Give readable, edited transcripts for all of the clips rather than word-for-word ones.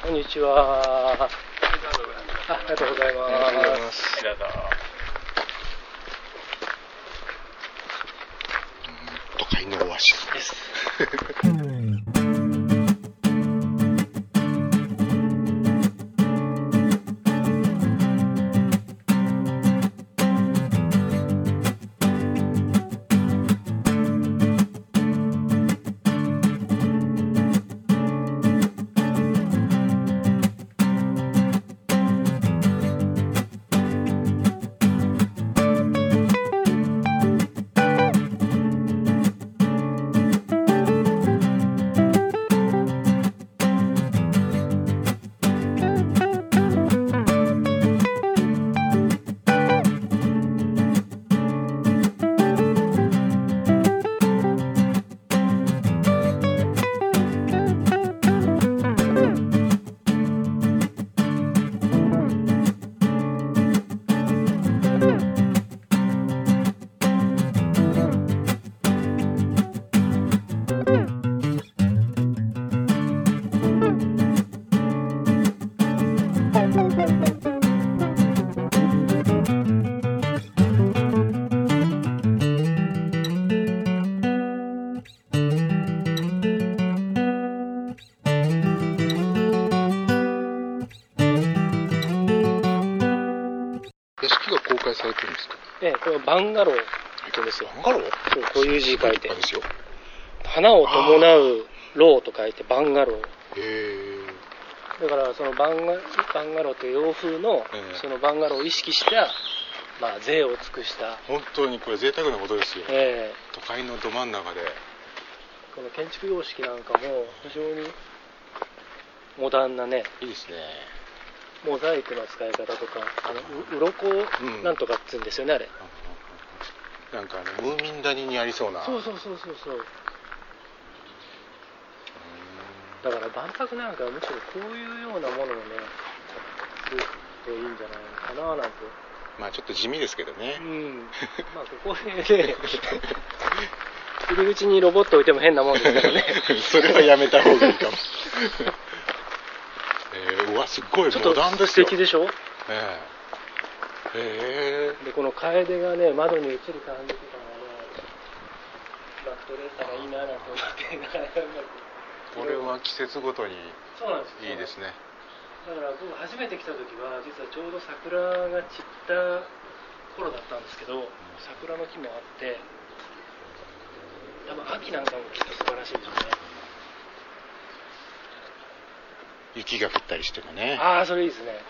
こんにちは。ありがとうございます。 都会のオアシスです。されてるんですか？ これはバンガローって言うんですよ。 バンガロー？ そう、こういう字書いて。 ですよ。 花を伴うローと書いてバンガロー。 へだからそのバンガローという洋風のそのバンガローを意識した、まあ贅を尽くした。 本当にこれ贅沢なことですよ。都会のど真ん中で。 この建築様式なんかも非常にモダンなね。 いいですね。 モザイクの使い方とか、鱗なんとかっつうんですよね、あれ。 なんかムーミン谷にありそうな。 そう。だから万博なんかはむしろこういうようなものをね、作るといいんじゃないかななんて。 まあちょっと地味ですけどね。 まあここでね、入り口にロボット置いても変なもんですけどね。 それはやめた方がいいかも。うわ、すっごいモダンですよ。 素敵でしょ？ で、 この楓がね、窓に映る感じとかがね、撮れたらいいななんて思ってなかなかうまく。 これは季節ごとにいいですね。 だから僕初めて来た時は実はちょうど桜が散った頃だったんですけど、桜の木もあって、多分秋なんかもきっと素晴らしいですね。 雪が降ったりしてもね。 ああ、それいいですね。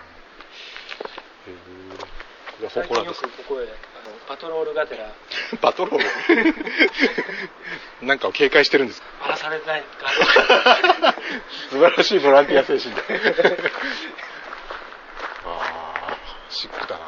最近よくここへパトロールがてら。 パトロールなんかを警戒してるんですか？ 荒らされないか。 素晴らしいボランティア精神だ。ああ、シックだな。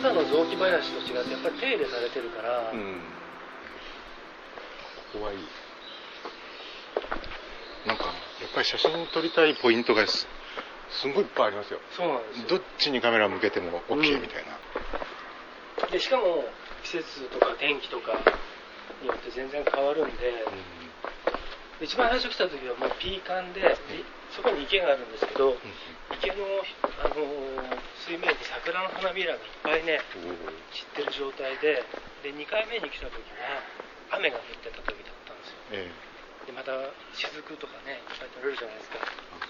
だの雑木林と違ってやっぱり手入れされてるから、 ここはいい。なんかやっぱり写真撮りたいポイントがすごいいっぱいありますよ。 そうなんですよ。 どっちにカメラ向けても OK みたいな、 でしかも季節とか天気とかによって全然変わるんで、一番最初来た時はもうピーカンで、そこに池があるんですけど、池の、水面に桜の花びらがいっぱいね散ってる状態で、2回目に来た時は雨が降ってた時だったんですよ、でまた雫とかねいっぱい取れるじゃないですか。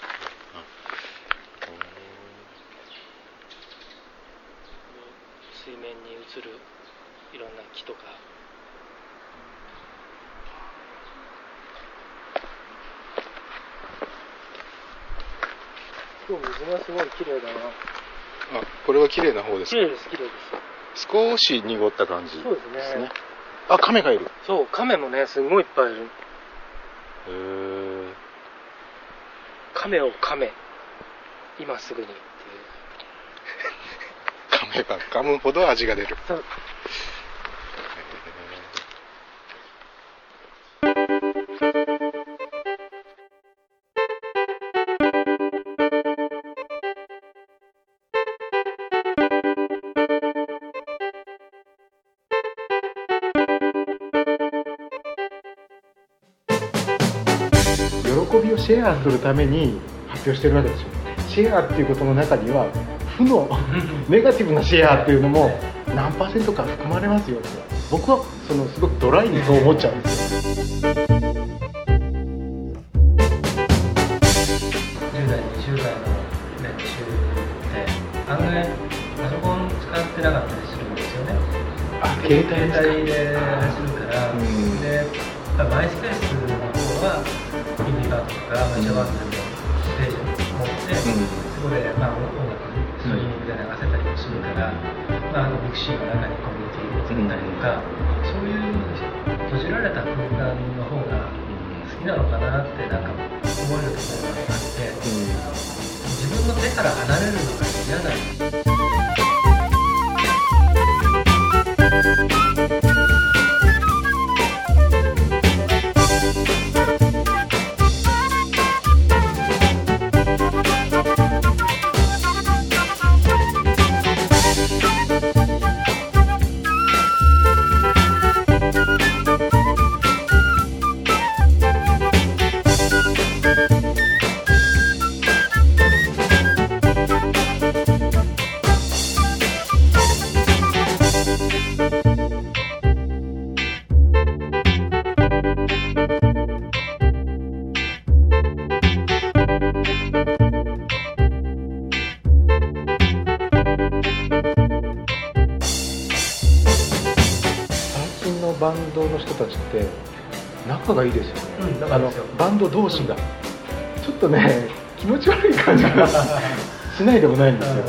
水面に映るいろんな木とか、今日水がすごい綺麗だな。 これは綺麗な方ですか？ 綺麗です、綺麗です。 少し濁った感じですね。 そうですね。 あ、亀がいる。 そう、亀もねすごいいっぱいいる。亀を亀今すぐにっていう噛めば噛むほど味が出る。 そう。 喜びをシェアするために発表してるわけですよ。シェアっていうことの中には負のネガティブなシェアっていうのも何%か含まれますよって。僕はすごくドライにそう思っちゃうんですよ。 10代20代の練習って案外パソコン使ってなかったりするんですよね。 携帯で走るから、でマイスペースの方はインディバーとかマイジャバーのステージを持って、そこで、音楽ストリーミングで流せたりもするから、ミクシーの中にコミュニティを作ったりとか、そういう閉じられた空間の方が好きなのかなってなんか思えるところがあって、自分の手から離れるのが嫌だ。 バンドの人たちって仲がいいですよね、バンド同士がちょっとね気持ち悪い感じがしないでもないんですよ。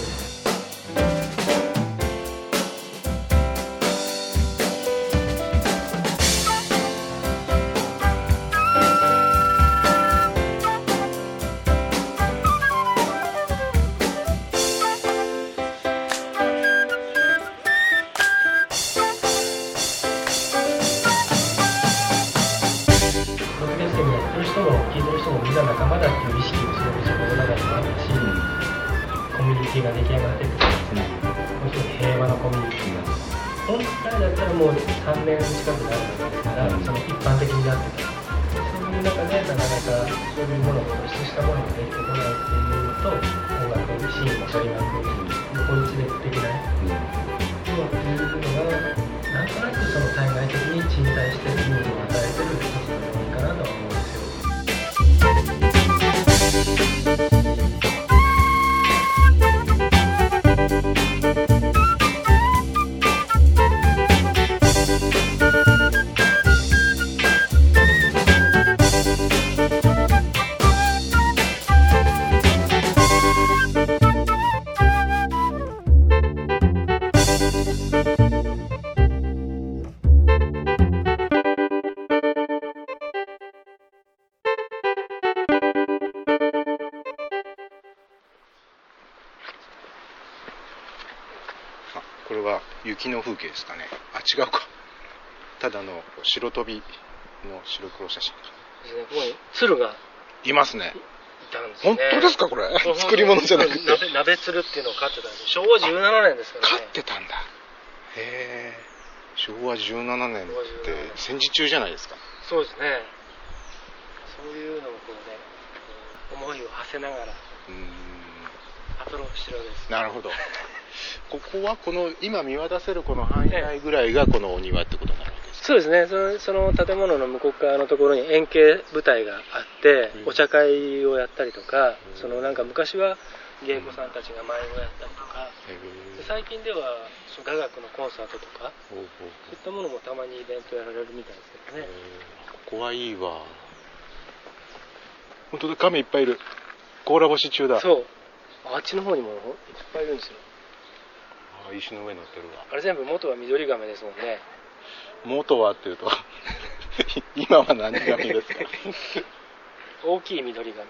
聞いてる人もみんな仲間だっていう意識もすごく自分の中にもあったし、コミュニティが出来上がってて、もちろん平和なコミュニティが本来だったらもう3年近くなるわけですから、その一般的になってた、そういう中でなかなかそういうものを突出したものができてこないっていうのと、音楽シーンも取り巻く効率できないっていうのがなんとなくその対外的に賃貸してる部分を与えてる一つの要因かなとは思うんですよ。 れは雪の風景ですかね。あ、違うか。ただの白飛びの白黒写真か。 ですね、ここに鶴がいますね。 いたんですね。 本当ですかこれ？作り物じゃなくて。 鍋鶴っていうのを飼ってたんです。昭和17年ですからね。 飼ってたんだ。へえ。昭和17年って戦時中じゃないですか。 そうですね。そういうのをこうね、思いを馳せながらパトロールしてるわけです。 なるほど。ここはこの今見渡せるこの範囲内ぐらいがこのお庭ってことになるわけですか？ そうですね。その建物の向こう側のところに円形舞台があって、お茶会をやったりとか、なんか昔は芸妓さんたちが舞をやったりとか、最近では雅楽のコンサートとか、そういったものもたまにイベントやられるみたいですけどね。 ここはいいわ。本当だ、亀いっぱいいる。甲羅干し中だ。 そう。あっちの方にもいっぱいいるんですよ。 あ、石の上に乗ってるわ。 あれ全部元は緑亀ですもんね。 元はっていうと今は何亀ですか？ 大きい緑亀。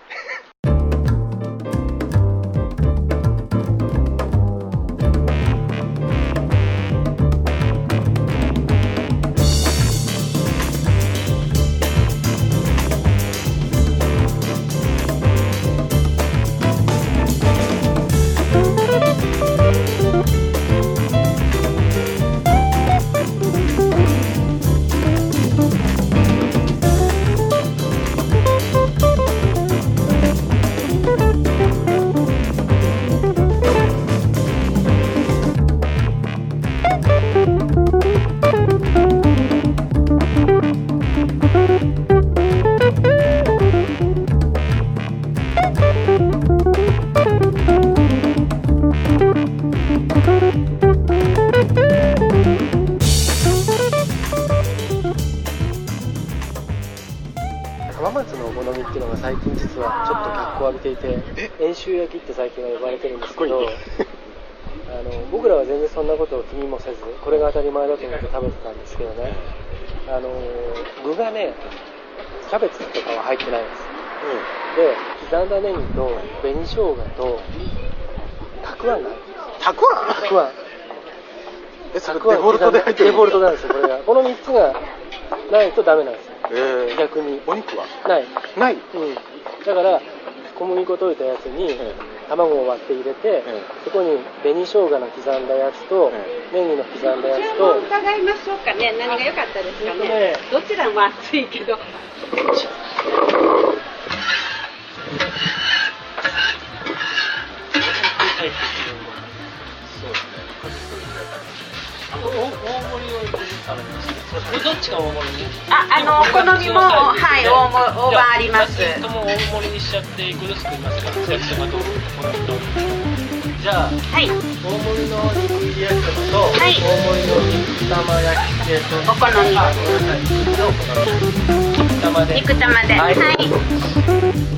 浜松のお好みっていうのが最近実はちょっと脚光を浴びていて、遠州焼きって最近は呼ばれてるんですけど、僕らは全然そんなことを気にもせず、これが当たり前だと思って食べてたんですけどね、具がね、キャベツとかは入ってないんです。で、刻んだネギと紅生姜とたくあんが入ってます。 たくあん？ たくあん。 デフォルトで入ってる？ デフォルトなんですよ、これが。この3つがないとダメなんですよ。逆に。 お肉はない。 ない。 だから、小麦粉溶いたやつに卵を割って入れて、そこに紅生姜の刻んだやつと、ネギの刻んだやつと。 伺いましょうかね。何が良かったですかね。どちらも熱いけど。 どっちが大盛りに？ お好みも、はい、大判あります。 とも大盛りにしちゃって1個ずつ食いますか？焼きそばとお好みと。じゃあ、はい、大盛りの肉入り焼きそばと、はい、大盛りの肉玉焼きと、 お好み。 肉玉で。 肉玉で。はい。